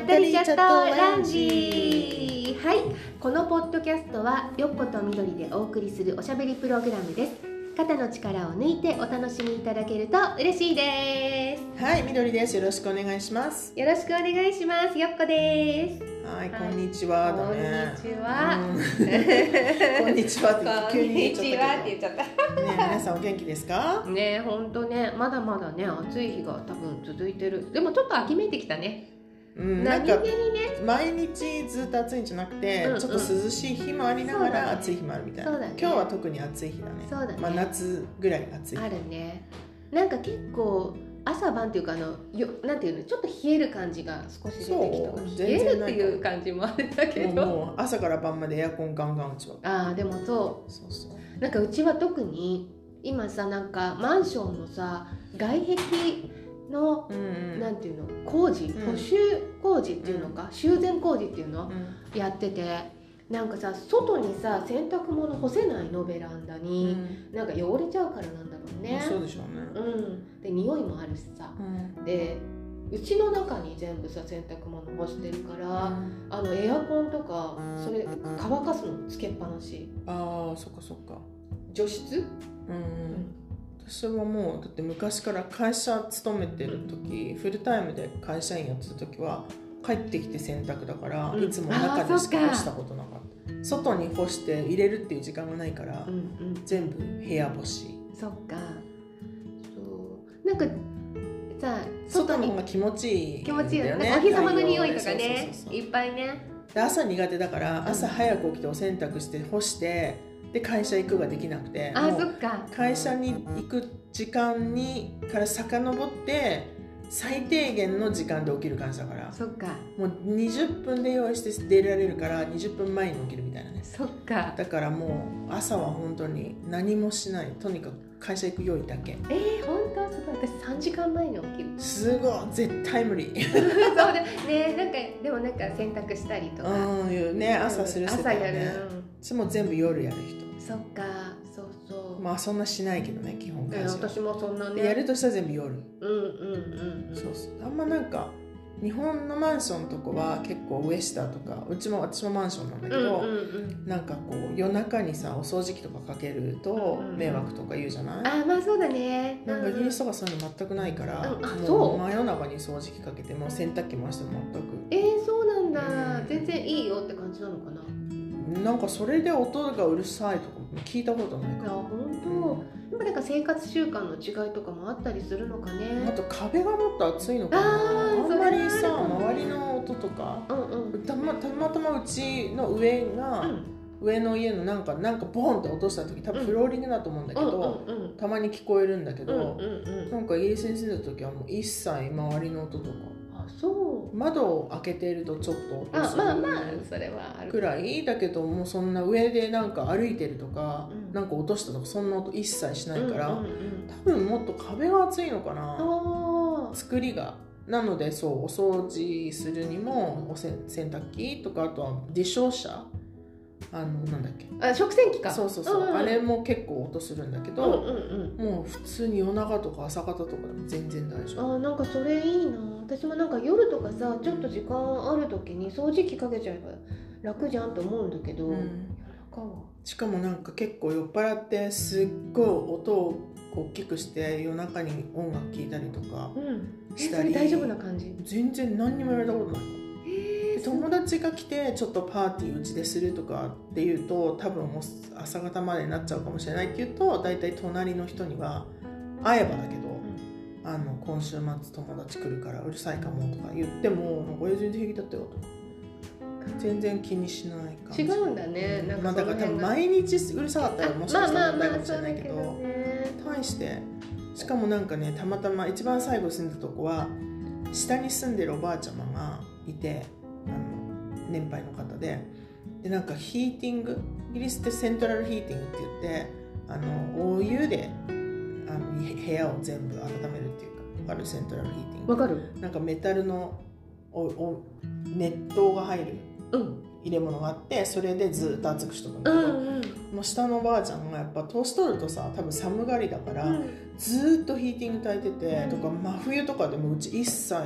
ったりチャットランジ。はい、このポッドキャストはよっことみどりでお送りするおしゃべりプログラムです。肩の力を抜いてお楽しみいただけると嬉しいです。 はい、みどりです。よろしくお願いします。 よろしくお願いします。よっこです。 はい、こんにちはだね。 こんにちは。 こんにちはって急に言っちゃったけど。 こんにちはって言っちゃった。 ね、皆さんお元気ですか？ ね、本当ね、まだまだね、暑い日が多分続いてる。でもちょっと秋めいてきたね。 なんか何気にね、 毎日ずっと暑いんじゃなくて、ちょっと涼しい日もありながら暑い日もあるみたいな。 そうだね。 今日は特に暑い日だね。 そうだね。 まあ夏ぐらい暑い。 あるね。なんか結構朝晩っていうかなんていうの、ちょっと冷える感じが少し出てきた。冷えるっていう感じもあるんだけど。 もう朝から晩までエアコンガンガンうちは。 ああ、でもそう。なんかうちは特に今さ、なんかマンションのさ、外壁の、なんていうの、工事、補修工事っていうのか、修繕工事っていうの、やってて、なんかさ、外にさ洗濯物干せないの、ベランダに、なんか汚れちゃうからなんだろうね。 そうでしょうね。で匂いもあるしさ、でうちの中に全部さ洗濯物干してるから、エアコンとかそれ乾かすのつけっぱなし。 ああ、そっかそっか。 除湿？ 私はもうだって昔から会社勤めてる時、フルタイムで会社員やってた時は帰ってきて洗濯だから、いつも中でしか干したことなかった。外に干して入れるっていう時間がないから、全部部屋干し。 そっか。そうなんかさ、 外の方が気持ちいい、 気持ちいいよね。お日様の匂いとかね、いっぱいね。 で朝苦手だから朝早く起きてお洗濯して干してで会社行くができなくて、 あ、そっか。 会社に行く時間にから遡って最低限の時間で起きる感じだから、 そっか。 もう20分で用意して出られるから20分前に起きるみたいなね。 そっか。 だからもう朝は本当に何もしない、とにかく会社行く用意だけ。 本当？すごい。私3時間前に起きる。 すごい、絶対無理。 そうだね。なんかでもなんか洗濯したりとか。 ね、朝する人だよね。 朝やる。 私も全部夜やる人。 そっか、そうそう。 まあそんなしないけどね、基本会社は。 私もそんなね。 やるとしたら全部夜。 そうそう。あんまなんか日本のマンションとかは結構ウエスターとか、私もマンションなんだけど、なんかこう夜中にさお掃除機とかかけると迷惑とか言うじゃない？ あ、まあそうだね。 なんかイギリスとかそういうの全くないから、もう真夜中に掃除機かけても洗濯機回しても全く。 そうなんだ。全然いいよって感じなのかな。 なんかそれで音がうるさいとか聞いたことないから。 本当。でもなんか生活習慣の違いとかもあったりするのかね。 あと壁がもっと暑いのかな。あんまりさ周りの音とか、たまたまうちの上の家のなんかボンって落とした時、多分フローリングだと思うんだけど、たまに聞こえるんだけど、なんかイギリスに住んだ時はもう一切周りの音とか。窓を開けているとちょっと音するそれはあるくらいだけど、もうそんな上でなんか歩いてるとか、なんか落としたとかそんな音一切しないから、多分もっと壁が厚いのかな、作りが。なのでそうお掃除するにも洗濯機とか、あとはディッシュウォッシャー、なんだっけ、 食洗機か。 そう、あれも結構音するんだけど、もう普通に夜中とか朝方とかでも全然大丈夫。 なんかそれいいな。私もなんか夜とかさ、ちょっと時間ある時に掃除機かけちゃえば楽じゃんと思うんだけど、夜中はしかもなんか結構酔っ払ってすっごい音を大きくして夜中に音楽聴いたりとかしたり、 それ大丈夫な感じ？ 全然何にも言われたことない。友達が来てちょっとパーティーうちでするとかっていうと、多分もう朝方までになっちゃうかもしれないっていうと、だいたい隣の人には会えばだけど、今週末友達来るからうるさいかもとか言っても、なんか全然平気だったよとか、全然気にしない感じ。 違うんだね。なんかだから多分毎日うるさかったらもしかしたら問題かもしれないけど、対してしかもなんかね、たまたま一番最後住んだとこは下に住んでるおばあちゃまがいて、年配の方でなんかヒーティング、イギリスってセントラルヒーティングって言って、お湯で部屋を全部温めるっていうか、わかる？セントラルヒーティング。 わかる？ なんかメタルの熱湯が入る入れ物があって、それでずっと熱くしとくんだけど、もう下のおばあちゃんがやっぱ年取るとさ、多分寒がりだから、ずっとヒーティング焚いてて、とか真冬とかでもうち一切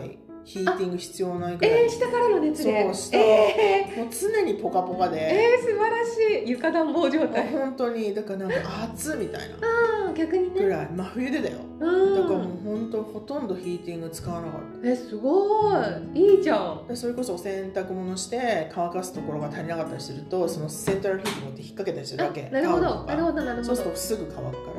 ヒーティング必要ないぐらい、 下からの熱で、 そう下、もう常にポカポカで、 素晴らしい、床暖房状態。 本当にだからなんか暑みたいな逆にねぐらい、真冬でだよ、だからもう本当ほとんどヒーティング使わなかった。 すごいいいじゃん。 それこそお洗濯物して乾かすところが足りなかったりすると、そのセントラルヒーティングって引っ掛けたりするわけ。 なるほどなるほどなるほど。 そうするとすぐ乾くから、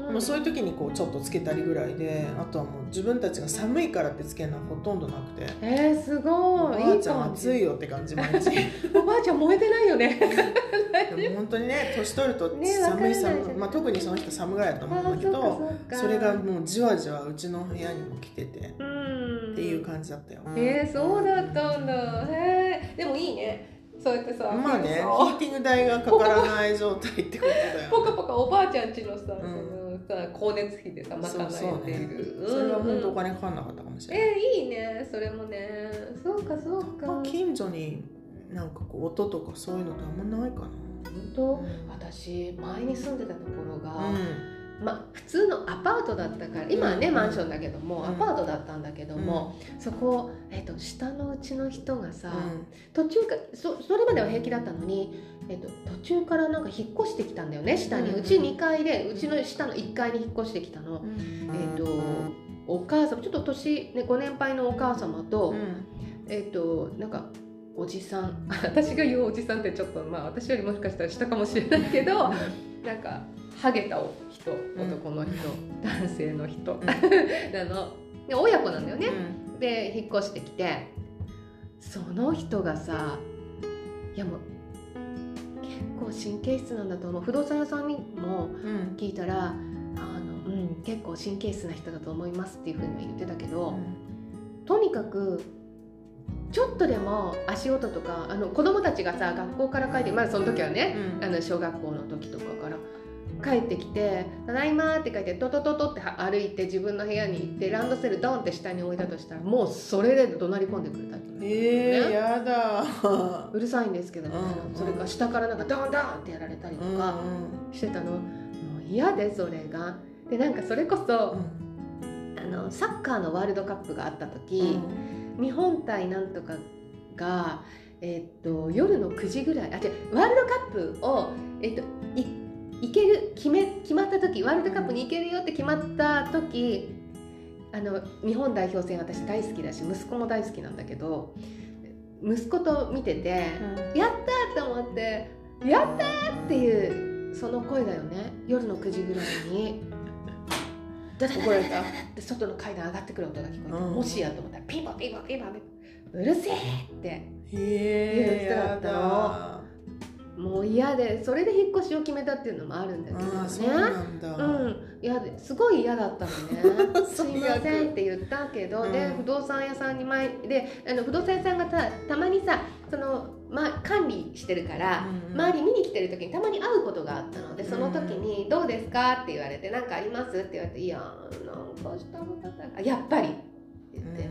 もうそういう時にこうちょっとつけたりぐらいで、あとはもう自分たちが寒いからってつけるのはほとんどなくて、 すごい。 おばあちゃん暑いよって感じ毎日おばあちゃん燃えてないよねでも本当にね、年取ると寒い寒い、特にその人寒がりだと思うんだけど、それがもうじわじわうちの部屋にも来てて、っていう感じだったよ。 そうだったんだ。でもいいね、そうやってさ、 まあね、ヒーティング代がかからない状態ってことだよ、 ポカポカおばあちゃん家のさ、光熱費でさ賄えている。 それは本当お金かかんなかったかもしれない。 いいね、それもね。そうかそうか。 近所になんかこう音とかそういうのってあんまないかな。 本当、私前に住んでたところが、普通のアパートだったから、今はね、マンションだけども、アパートだったんだけども、そこ、下のうちの人がさ、途中か それまでは平気だったのに、途中からなんか引っ越してきたんだよね、下に。うち2階で、うちの下の1階に引っ越してきたの。お母様、ちょっと年、ね、ご年配のお母様と、なんかおじさん私が言うおじさんってちょっと私よりもしかしたら下かもしれないけどなんかハゲた人、男の人、男性の人なので、親子なんだよね、で引っ越してきて、その人がさ、いやもう結構神経質なんだと思う。不動産屋さんにも聞いたら、結構神経質な人だと思いますっていうふうには言ってたけど、とにかくちょっとでも足音とか、子供たちがさ、学校から帰って、その時はね、小学校の時とかから帰ってきて「ただいま」って書いてトトトトって歩いて自分の部屋に行って、ランドセルドンって下に置いたとしたら、もうそれで怒鳴り込んでくるタイプ。 やだうるさいんですけど、それから下からなんかドンドンってやられたりとかしてたの。もう嫌で、それが。でなんかそれこそ、サッカーのワールドカップがあった時、日本対なんとかが、夜の9時ぐらい、ワールドカップを、行ける決まった時、ワールドカップに行けるよって決まった時、日本代表戦私大好きだし、息子も大好きなんだけど、息子と見てて、やったーと思って、やったーっていうその声だよね。夜の9時ぐらいに怒られたで、外の階段上がってくる音が聞こえて、もしやと思ったらピンポンピンポンピンポン、うるせえっていう人だったの。もう嫌で、それで引っ越しを決めたっていうのもあるんだけどね。 そうなんだ。 嫌で、すごい嫌だったのねすいませんって言ったけど、で不動産屋さんに不動産屋さんがたまにさ、その管理してるから、周り見に来てる時にたまに会うことがあったので、その時に「どうですか?」って言われて「何かあります?」って言われて「いやなんかしたのかな、やっぱり」って言って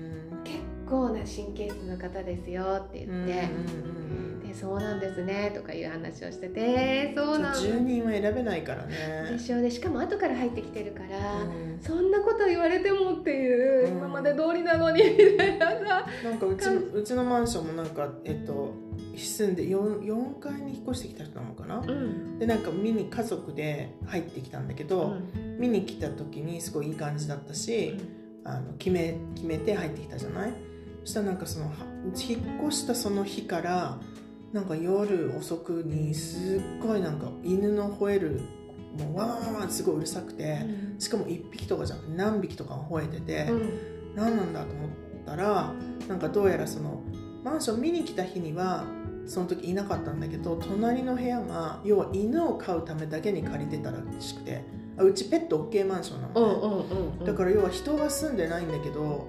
「結構な神経質な方ですよ」って言って。でそうなんですねとかいう話をしてて、そうなんだ、 住人は選べないからね。 でしょう。でしかも後から入ってきてるから、そんなこと言われてもっていう、今まで通りなのにみたいなさ。 なんかうちのマンションもなんか住んで 4階に引っ越してきた人なのかな、でなんか家族で入ってきたんだけど、見に来た時にすごいいい感じだったし、決めて入ってきたじゃない。そしたらなんかその引っ越したその日からなんか夜遅くにすっごいなんか犬の吠える、もうワンワンワンすごいうるさくて、しかも1匹とかじゃなくて何匹とか吠えてて、何なんだと思ったら、なんかどうやらそのマンション見に来た日にはその時いなかったんだけど、隣の部屋が要は犬を飼うためだけに借りてたらしくて、うちペット OK マンションなのね、だから要は人が住んでないんだけど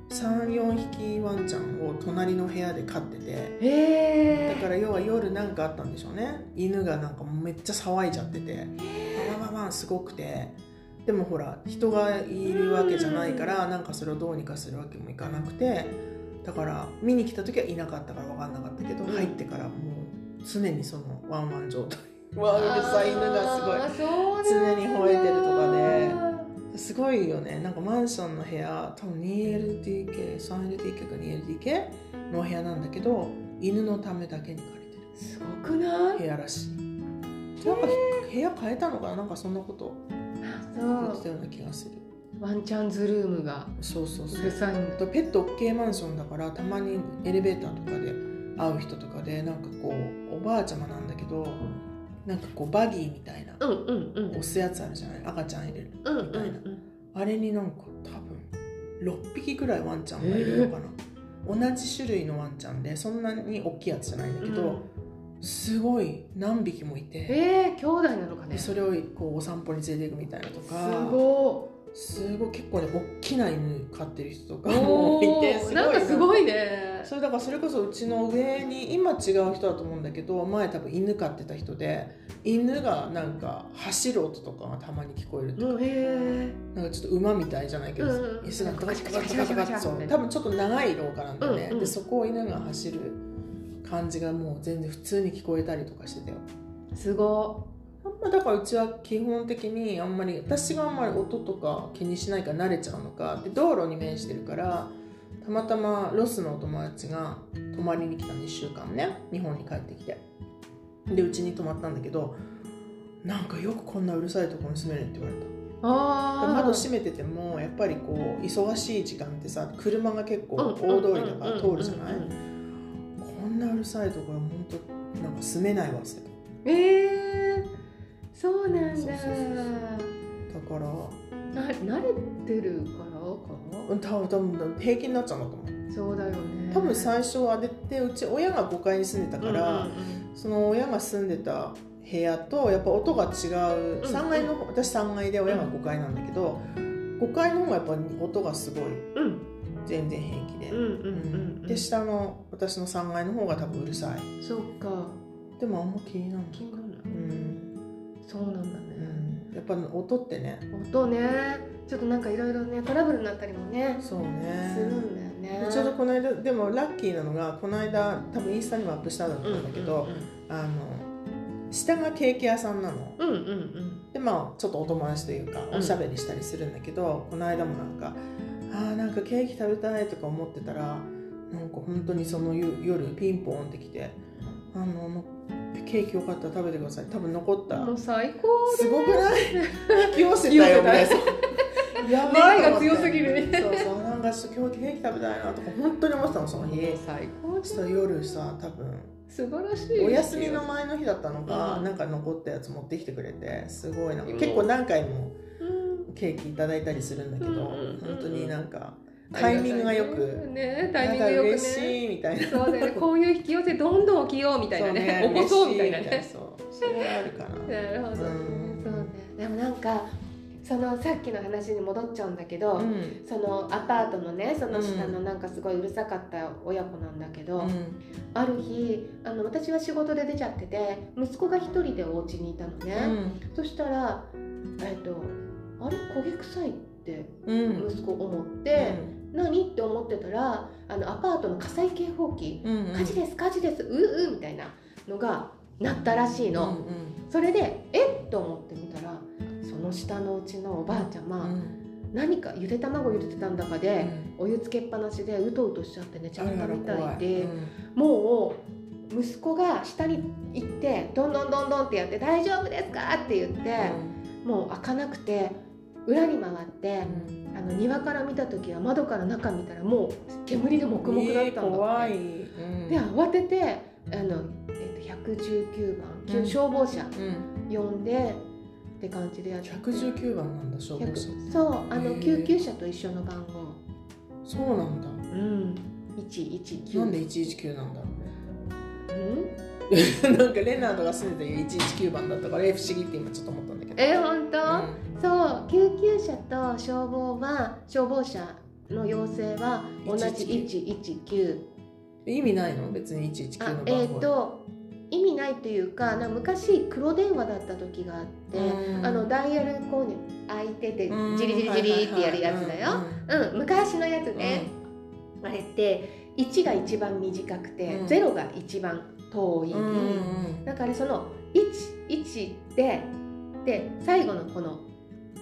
3,4 匹ワンちゃんを隣の部屋で飼ってて、だから要は夜なんかあったんでしょうね。犬がなんかめっちゃ騒いじゃってて、ババババンすごくて、でもほら人がいるわけじゃないから、なんかそれをどうにかするわけもいかなくて、だから見に来た時はいなかったから分かんなかったけど、入ってからもう常にそのワンワン状態、うるさい犬がすごい常に吠えてるとかで、すすごいよね。なんかマンションの部屋、多分 2LDK、3LDK か 2LDK の部屋なんだけど、犬のためだけに借りてる。 すごくない？ 部屋らしい。なんか部屋変えたのかな、なんかそんなこと言ってたような気がする。 ワンちゃんズルームがそうそうそう。 うるさいんだ。 ペット OK マンションだから、たまにエレベーターとかで会う人とかで、なんかこうおばあちゃまなんだけど、なんかこうバギーみたいな、押すやつあるじゃない、赤ちゃん入れるみたいな、あれになんか多分6匹ぐらいワンちゃんがいるのかな、同じ種類のワンちゃんで、そんなに大きいやつじゃないんだけど、すごい何匹もいて、 兄弟なのかね。 それをこうお散歩に連れていくみたいなとか、すごい結構ね、大きな犬飼ってる人とかもいて、すごいなんかすごいね。 それだから、それこそうちの上に、今違う人だと思うんだけど、前多分犬飼ってた人で、犬がなんか走る音とかがたまに聞こえるとか、なんかちょっと馬みたいじゃないけど、椅子がガチャガチャガチャガチャ、そう、多分ちょっと長い廊下なんだよね、でそこを犬が走る感じがもう全然普通に聞こえたりとかしてたよ。 すごい。 だからうちは基本的に私があんまり音とか気にしないから慣れちゃうのかで、道路に面してるから、たまたまロスのお友達が泊まりに来たの、1週間ね、日本に帰ってきて、でうちに泊まったんだけど、なんかよくこんなうるさいところに住めるって言われた。窓閉めててもやっぱりこう忙しい時間ってさ、車が結構大通りとか通るじゃない、こんなうるさいところ本当なんか住めないわって。 そうなんだ。 だから慣れてるからかな。 多分平気になっちゃうんだと思う。 そうだよね。 多分最初はでうち親が5階に住んでたから、その親が住んでた部屋とやっぱ音が違う、3階の私3階で親が5階なんだけど、5階の方がやっぱ音がすごい、全然平気で、で下の私の3階の方が多分うるさい。 そうか。 でもあんま気にならない。 そうなんだね、 やっぱ音ってね、 音ね、ちょっとなんかいろいろねトラブルになったりもね、 そうね、 するんだよね。 ちょうどこの間、でもラッキーなのが、この間多分インスタにもアップしたんだと思うんだけど、下がケーキ屋さんなの、でまあちょっとお友達というかおしゃべりしたりするんだけど、この間もなんかなんかケーキ食べたいとか思ってたら、なんか本当にその夜ピンポンってきて、ケーキよかったら食べてください、多分残った、 もう最高すごくない？引き寄せたよね。 願いが強すぎるね。 そうそう、なんか今日ケーキ食べたいなとか本当に思ってたの、その日。 最高。 そしたら夜さ、多分素晴らしい。 お休みの前の日だったのか、なんか残ったやつ持ってきてくれて、すごいなんか結構何回もケーキいただいたりするんだけど、本当になんかタイミングがよくね、タイミングよくね、 嬉しいみたいな。 そうだよね、こういう引き寄せどんどん起きようみたいなね、起こそうみたいなね。 それはあるかな。 なるほどね。そうね。でもなんかそのさっきの話に戻っちゃうんだけど、そのアパートのね、その下のなんかすごいうるさかった親子なんだけど、ある日私は仕事で出ちゃってて、息子が一人でお家にいたのね。そしたらあれ焦げ臭いって息子思って、何って思ってたら、アパートの火災警報器、火事です火事ですみたいなのが鳴ったらしいの。それでっと思ってみたら、その下のうちのおばあちゃま、何かゆで卵茹でてたんだかで、お湯つけっぱなしでうとうとしちゃって寝ちゃったみたいで、もう息子が下に行ってどんどんどんどんってやって大丈夫ですかって言って、もう開かなくて裏に回って、庭から見た時は窓から中見たらもう煙で黙々だったんだって。 怖い。 で慌てて119番、消防車呼んでって感じでやって。 119番なんだ、消防車。 そう救急車と一緒の番号。 そうなんだ。 119。 なんで119なんだろう。なんかレナードが住んでた119番だったから不思議って今ちょっと思ったんだけど。 本当？そう、救急車と消防車の要請は同じ119。 意味ないの？別に119の番号。 意味ないというか、昔黒電話だった時があって、ダイヤルこう開いててジリジリジリってやるやつだよ。昔のやつね。あれって1が一番短くて、0が一番遠い。だからその11で最後のこの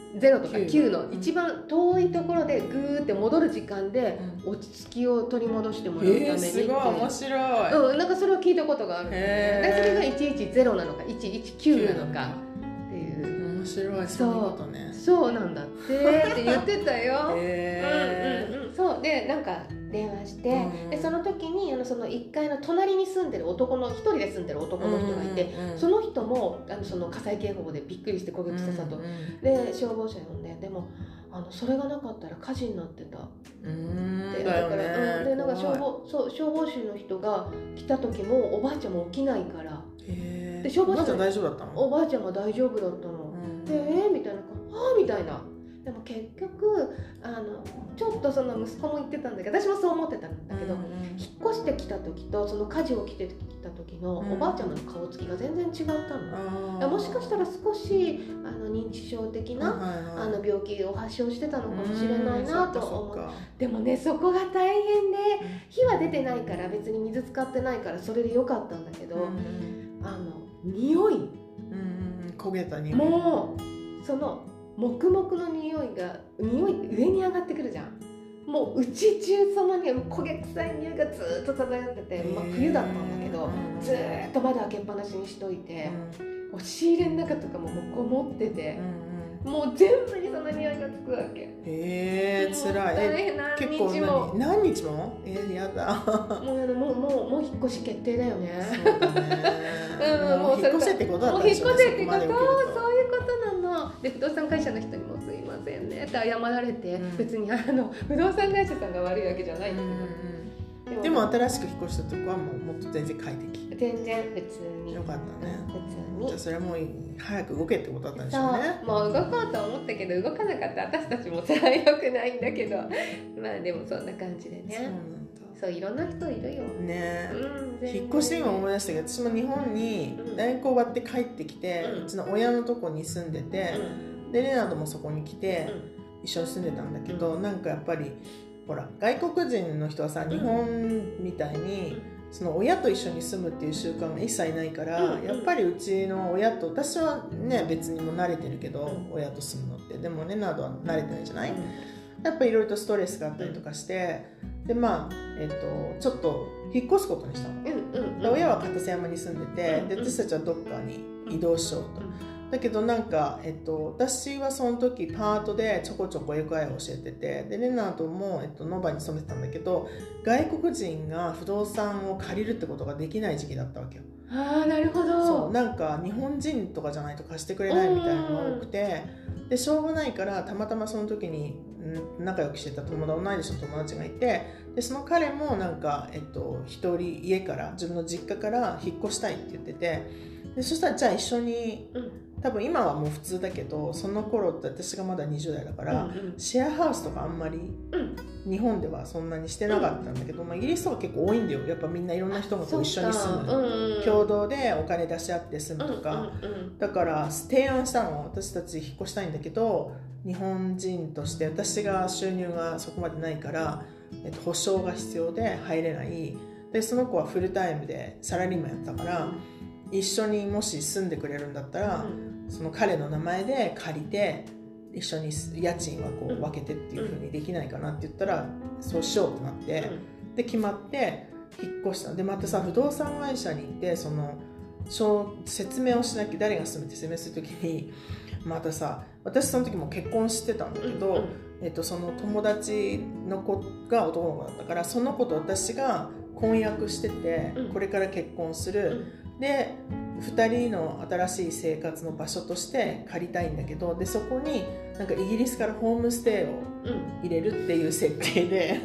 0とか9の一番遠いところでグーって戻る時間で落ち着きを取り戻してもらうためにって、 すごい面白い、 なんかそれを聞いたことがあるんですね。でそれが110なのか119なのかっていう。 面白い、そういうことね。 そうなんだって言ってたよ。そうでなんか電話して、でその時にその1階の隣に住んでる男の1人で住んでる男の人がいて、その人もその火災警報でびっくりして焦げ臭さと、で消防車呼んで、でもそれがなかったら火事になってたってだから、でなんか消防士の人が来た時もおばあちゃんも起きないから、 で消防士の大丈夫だったの？ おばあちゃんが大丈夫だったの、でみたいなみたいな。でも結局ちょっとその息子も言ってたんだけど、私もそう思ってたんだけど、引っ越してきた時とその火事を起きてきた時のおばあちゃんの顔つきが全然違ったの、もしかしたら少し認知症的な、病気を発症してたのかもしれないなと思う。でもね、そこが大変で、火は出てないから別に水使ってないからそれでよかったんだけど、匂い、 焦げた匂い、 もうその黙々の匂い上に上がってくるじゃん。もう家中その匂い、焦げ臭い匂いがずっと漂ってて、冬だったんだけど、ずっと窓開けっぱなしにしといて、押し入れの中とかももうこもってて、もう全部にその匂いがつくわけ。 つらい。結構何日も？やだ。 もう引っ越し決定だよね。 そうだね。もう引っ越せってことだったんでしょ。 もう引っ越せってこと、そういうことなの。で不動産会社の人にもすいませんねって謝られて、別に不動産会社さんが悪いわけじゃないんだけど。 でも新しく引っ越したとこはもっと全然快適。 全然普通に。 よかったね。 普通に。 じゃあそれはもう早く動けってことだったんでしょうね。 もう動こうと思ったけど動かなかった私たちもそれは良くないんだけど、まあでもそんな感じでね。そうなんだ。そういろんな人いるよ。ね。 引っ越し今思い出したけど、私も日本に大学終わって帰ってきて、うちの親のとこに住んでて、でレナードもそこに来て一緒に住んでたんだけど、なんかやっぱりほら外国人の人はさ、日本みたいにその親と一緒に住むっていう習慣が一切ないから、やっぱりうちの親と、私はね別にも慣れてるけど、親と住むのって、でもレナードは慣れてないじゃない、やっぱりいろいろとストレスがあったりとかして、でちょっと引っ越すことにしたの、で親は片瀬山に住んでて、で私たちはどっかに移動しようと、だけどなんか、私はその時パートでちょこちょこ英会話を教えてて、でレナードも、ノバに勤めてたんだけど、外国人が不動産を借りるってことができない時期だったわけよ。 なるほど。 そう、なんか日本人とかじゃないと貸してくれないみたいなのが多くて、でしょうがないからたまたまその時に仲良くしてた同い年の友達がいて、でその彼もなんか、一人家から自分の実家から引っ越したいって言ってて、でそしたらじゃあ一緒に、多分今はもう普通だけど、その頃って私がまだ20代だから、シェアハウスとかあんまり日本ではそんなにしてなかったんだけど、イギリスとか結構多いんだよ。やっぱみんないろんな人がこう一緒に住む、共同でお金出し合って住むとか、だから提案したの。私たち引っ越したいんだけど、日本人として私が収入がそこまでないから、保証が必要で入れない。でその子はフルタイムでサラリーマンやったから、一緒にもし住んでくれるんだったら、その彼の名前で借りて一緒に家賃はこう分けてっていう風にできないかなって言ったら、そうしようってなって、で決まって引っ越した。でまたさ、不動産会社に行ってその説明をしなきゃ、誰が住むって説明するときにまたさ、私その時も結婚してたんだけど、その友達の子が男の子だったから、その子と私が婚約してて、これから結婚する、で2人の新しい生活の場所として借りたいんだけど、でそこになんかイギリスからホームステイを入れるっていう設定で、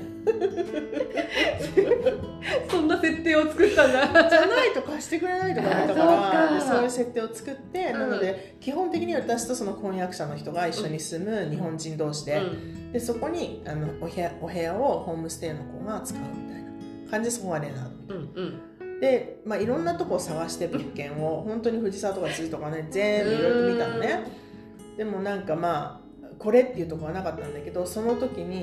そんな設定を作ったんだ。 じゃないと貸してくれないとかだったから、そういう設定を作って、なので基本的に私とその婚約者の人が一緒に住む日本人同士で、でそこにお部屋をホームステイの子が使うみたいな感じで、そこがレナードで、いろんなとこ探して物件を、本当に藤沢とか辻とかね、全部いろいろと見たのね。でもなんかこれっていうとこはなかったんだけど、その時に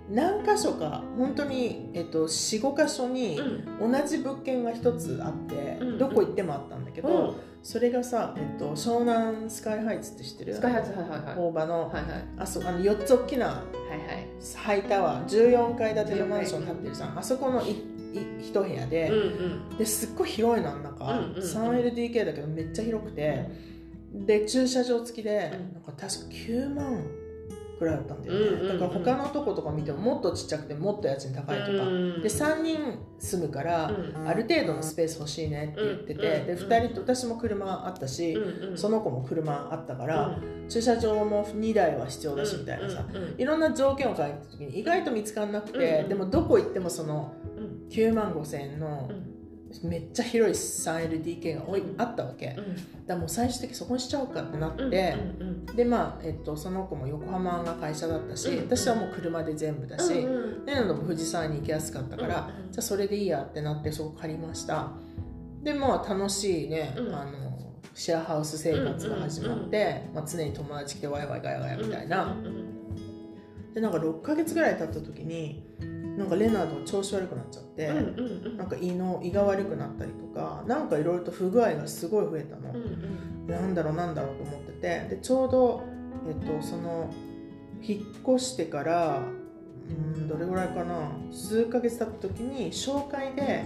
何箇所か本当に、4,5 箇所に同じ物件が一つあって、どこ行ってもあったんだけど、それがさ、湘南スカイハイツって知ってる？ スカイハイツ、はいはいはい、 大場の、 はいはい、 4つ大きなハイタワー、14階建てのマンション建ってるじゃん、あそこの一部屋で、ですっごい広いの、中、3LDK だけどめっちゃ広くて、で駐車場付きで、なんか確か9万くらいだったんだよね、だから他のとことか見てももっとちっちゃくてもっと家賃高いとか、で3人住むから、ある程度のスペース欲しいねって言ってて、で2人と私も車あったし、その子も車あったから、駐車場も2台は必要だしみたいなさ、いろんな条件を書いた時に意外と見つからなくて、でもどこ行ってもその9万5千円のめっちゃ広い 3LDK があったわけ、だからもう最終的にそこにしちゃおうかってなって、でまあ、その子も横浜が会社だったし、私はもう車で全部だし、レナドも藤沢に行きやすかったから、じゃあそれでいいやってなってそこ借りました。でまあ楽しいね、シェアハウス生活が始まって、まあ、常に友達来てワイワイガヤガヤみたいな、でなんか6ヶ月ぐらい経った時になんかレナードが調子悪くなっちゃって、なんか胃が悪くなったりとか、なんかいろいろと不具合がすごい増えたの、なんだろうと思ってて、でちょうど、その引っ越してからどれぐらいかな、数ヶ月経った時に紹介で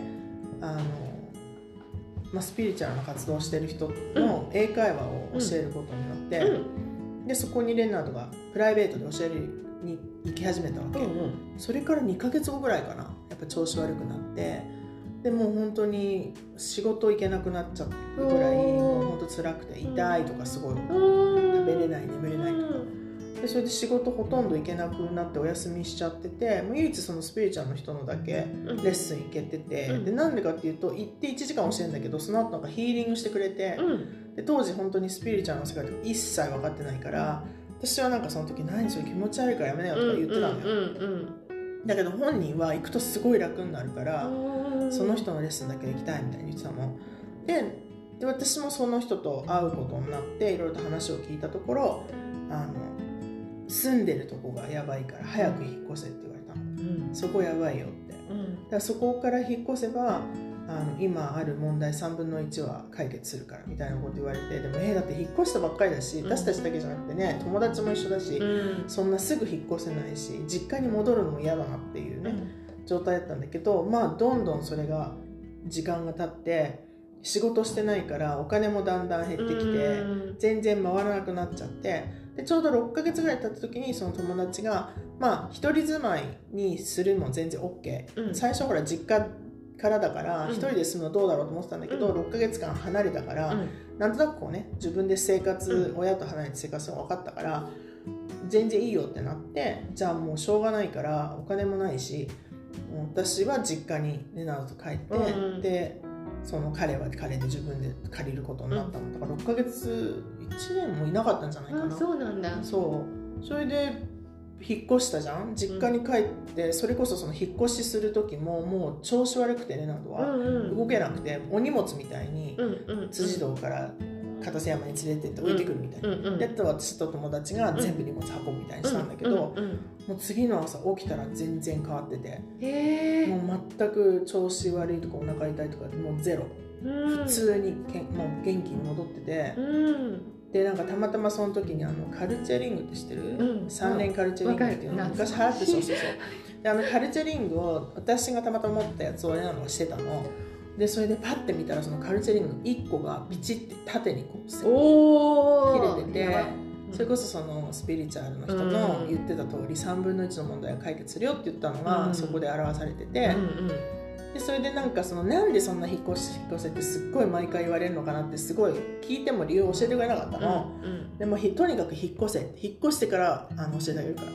スピリチュアルな活動をしてる人の英会話を教えることになって、でそこにレナードがプライベートで教えるに行き始めたわけ、それから2ヶ月後ぐらいかな、やっぱ調子悪くなって、でもう本当に仕事行けなくなっちゃうぐらいもう本当辛くて、痛いとかすごい食べれない眠れないとかで、それで仕事ほとんど行けなくなってお休みしちゃってて、もう唯一そのスピリチュアルの人のだけレッスン行けてて、でなんでかっていうと行って1時間教えるんだけど、その後なんかヒーリングしてくれて、で当時本当にスピリチュアルの世界とか一切分かってないから、私はなんかその時何それ気持ち悪いからやめなよとか言ってたのよ、だけど本人は行くとすごい楽になるからその人のレッスンだけ行きたいみたいに言ってたので私もその人と会うことになっていろいろと話を聞いたところ、住んでるとこがやばいから早く引っ越せって言われたの、そこやばいよって、だからそこから引っ越せば今ある問題3分の1は解決するからみたいなこと言われて、でもだって引っ越したばっかりだし、私たちだけじゃなくてね、友達も一緒だし、そんなすぐ引っ越せないし実家に戻るのも嫌だなっていうね、状態だったんだけど、まあどんどんそれが時間が経って仕事してないからお金もだんだん減ってきて全然回らなくなっちゃって、でちょうど6ヶ月ぐらい経った時にその友達がまあ一人住まいにするの全然 OK、最初ほら実家からだから一人で住むのどうだろうと思ってたんだけど、6ヶ月間離れたから、なんとなくこうね自分で生活、親と離れて生活が分かったから全然いいよってなって、じゃあもうしょうがないからお金もないし私は実家にレナードと帰って、でその彼は彼で自分で借りることになったの、だから6ヶ月1年もいなかったんじゃないかな。 そうなんだ。 そうそれで引っ越したじゃん、実家に帰って、それこそその引っ越しする時ももう調子悪くてレナードは動けなくて、お荷物みたいに辻堂から片瀬山に連れてって置いてくるみたいな、で私と友達が全部荷物運ぶみたいにしたんだけど、もう次の朝起きたら全然変わってて、もう全く調子悪いとかお腹痛いとかもうゼロ、普通にもう元気に戻ってて、でなんかたまたまその時にカルチェリングって知ってる、3連カルチェリングっていうの昔流行ってそうでカルチェリングを私がたまたま持ったやつをレナードがしてたので、それでパッて見たらそのカルチェリング1個がビチって縦にこう切れてて、それこそそのスピリチュアルの人の言ってた通り3分の1の問題を解決するよって言ったのがそこで表されてて、でそれでなんかなんでそんな引っ越せってすっごい毎回言われるのかなってすごい聞いても理由を教えてくれなかったの、でもとにかく引っ越してから教えてあげるから、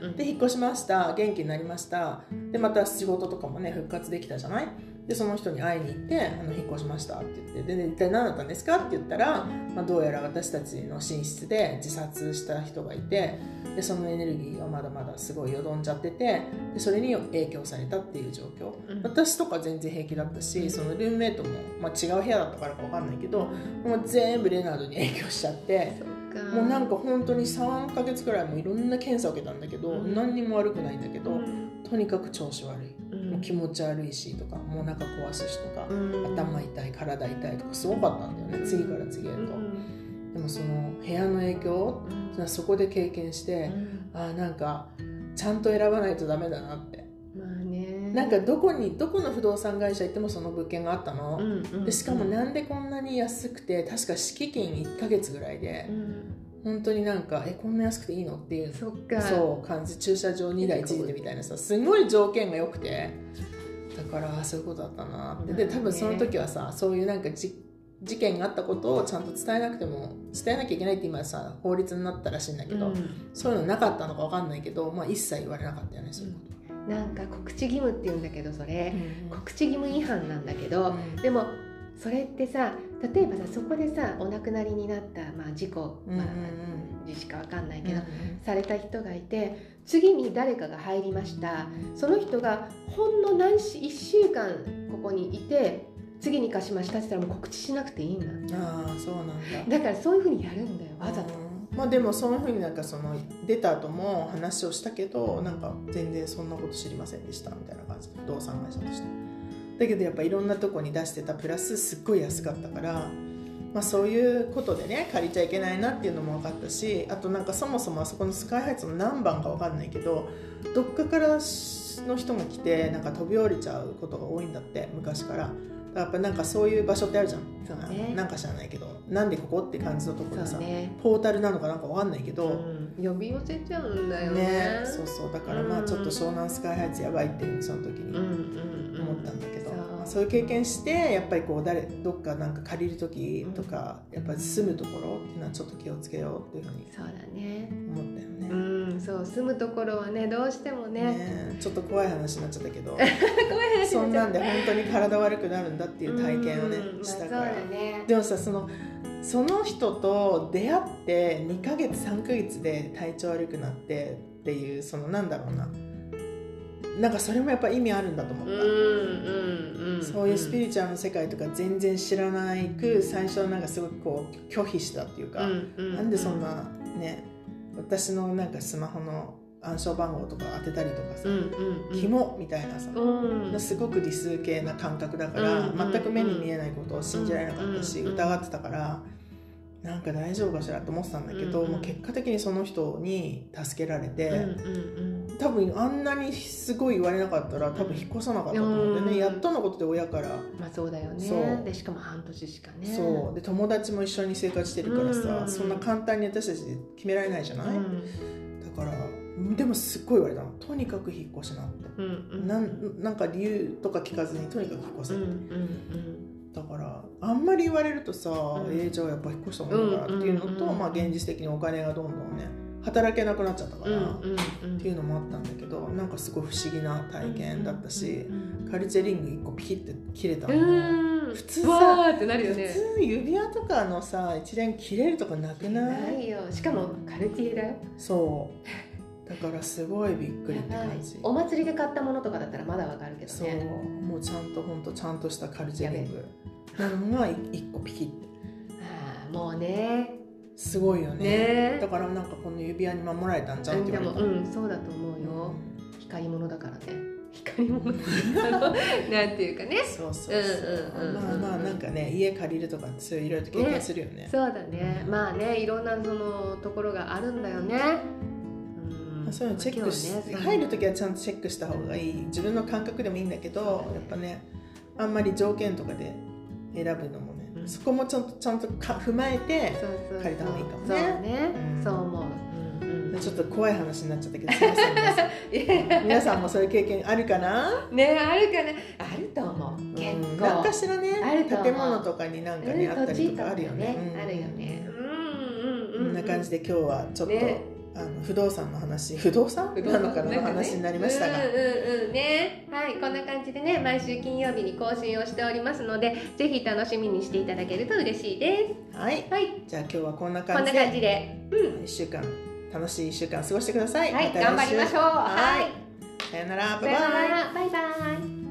で引っ越しました、元気になりました、でまた仕事とかもね復活できたじゃない、でその人に会いに行って引っ越しましたって言って、で一体何だったんですかって言ったら、どうやら私たちの寝室で自殺した人がいて、でそのエネルギーがまだまだすごいよどんじゃってて、でそれに影響されたっていう状況、私とか全然平気だったし、そのルームメイトも、違う部屋だったからか分かんないけどもう全部レナードに影響しちゃって、 もうなんか本当に3ヶ月くらいもいろんな検査を受けたんだけど、何にも悪くないんだけど、とにかく調子悪い、もう気持ち悪いしとか、もうお腹壊すしとか、頭痛い、体痛いとかすごかったんだよね、次から次へと。でもその部屋の影響、そこで経験して、なんかちゃんと選ばないとダメだなって。なんかどこの不動産会社行ってもその物件があったの、でしかもなんでこんなに安くて、確か敷金1ヶ月ぐらいで、本当になんかこんな安くていいのっていうそう感じ、駐車場2台ついてみたいなさ、すごい条件が良くて、だからそういうことだったなって。で多分その時はさ、そういうなんか事件があったことをちゃんと伝えなきゃいけないって今さ法律になったらしいんだけど、そういうのなかったのか分かんないけど、一切言われなかったよね、そういうこと。 なんか告知義務って言うんだけど、それ、告知義務違反なんだけど、でもそれってさ、例えばさ、そこでさお亡くなりになった、事故、事しかわかんないけど、された人がいて、次に誰かが入りました、その人がほんの1週間ここにいて次に貸しましたって言ったらもう告知しなくていいんだ。 そうなんだ。 だからそういう風にやるんだよ、わざと。 でもそういうふうになんかその出た後も話をしたけど、なんか全然そんなこと知りませんでしたみたいな感じで、不動産会社として。だけどやっぱいろんなとこに出してたプラスすっごい安かったから、そういうことでね借りちゃいけないなっていうのも分かったし、あとなんかそもそもあそこのスカイハイツの何番か分かんないけど、どっかからの人が来てなんか飛び降りちゃうことが多いんだって、昔から。やっぱなんかそういう場所ってあるじゃん、なんか知らないけど、なんでここって感じのところでさ、ポータルなのかなんか分かんないけど、 呼び寄せちゃうんだよね。 そうだからちょっと湘南スカイハイツやばいってその時に思ったんだけど、そういう経験してやっぱりこうどっかなんか借りる時とか、やっぱり住むところっていうのはちょっと気をつけようっていうふうに思ったよね。 そう住むところはね、どうしてもねちょっと怖い話になっちゃったけどそんなんで本当に体悪くなるんだっていう体験をねしたから、でもさ、その人と出会って2ヶ月3ヶ月で体調悪くなってっていう、そのなんだろうな、なんかそれもやっぱ意味あるんだと思った。そういうスピリチュアルの世界とか全然知らないく、最初はなんかすごくこう拒否したっていうか、なんでそんなね、私のなんかスマホの暗証番号とか当てたりとかさ、キモみたいなさ、すごく理数系な感覚だから、全く目に見えないことを信じられなかったし、疑ってたから、なんか大丈夫かしらと思ってたんだけど、もう結果的にその人に助けられて、多分あんなにすごい言われなかったら多分引っ越さなかったと思うんでね、やっとのことで親から、 そうだよね。でしかも半年しかね。 そうで友達も一緒に生活してるからさ、そんな簡単に私たちで決められないじゃない、だからでもすっごい言われたの、とにかく引っ越しなって、なんか理由とか聞かずにとにかく引っ越せって、だからあんまり言われるとさ、じゃあやっぱ引っ越した方がいいのかなっていうのと、現実的にお金がどんどんね働けなくなっちゃったから、っていうのもあったんだけど、なんかすごい不思議な体験だったし、カルチェリング1個ピキッて切れたのも、普通さってなるよね、 普通指輪とかのさ一連切れるとかなくない？ ないよ。しかもカルティエだよ。 そうだからすごいびっくりって感じ。 お祭りで買ったものとかだったらまだわかるけどね。 そうもうちゃんと本当ちゃんとしたカルチェリングなのが1個ピキッて。 もうねすごいよね。だからなんかこの指輪に守られたんじゃんって言われた。 でもそうだと思うよ。光り物だからね。光り物なんていうかね。 まあなんかね、家借りるとかそういういろいろと経験するよね。 そうだね。まあね、いろんなそのところがあるんだよね。 そういうのチェックして入るときはちゃんとチェックした方がいい。自分の感覚でもいいんだけど、やっぱね、あんまり条件とかで選ぶのもね、そこもちゃんと踏まえて借りた方がいいかもね。そうね、そう思う。ちょっと怖い話になっちゃったけど、すいません皆さんもそういう経験あるかな？ ね、あるかな？あると思う。結構何かしらね、建物とかになんかねあったりとかあるよね。 あるよね。 こんな感じで今日はちょっと不動産の話、不動産なのかなの話になりましたが、 ね、はい、こんな感じでね、毎週金曜日に更新をしておりますので、ぜひ楽しみにしていただけると嬉しいです。 はい、じゃあ今日はこんな感じで1週間楽しい1週間過ごしてください。 はい、頑張りましょう。はい、 さよなら、 バイバイ。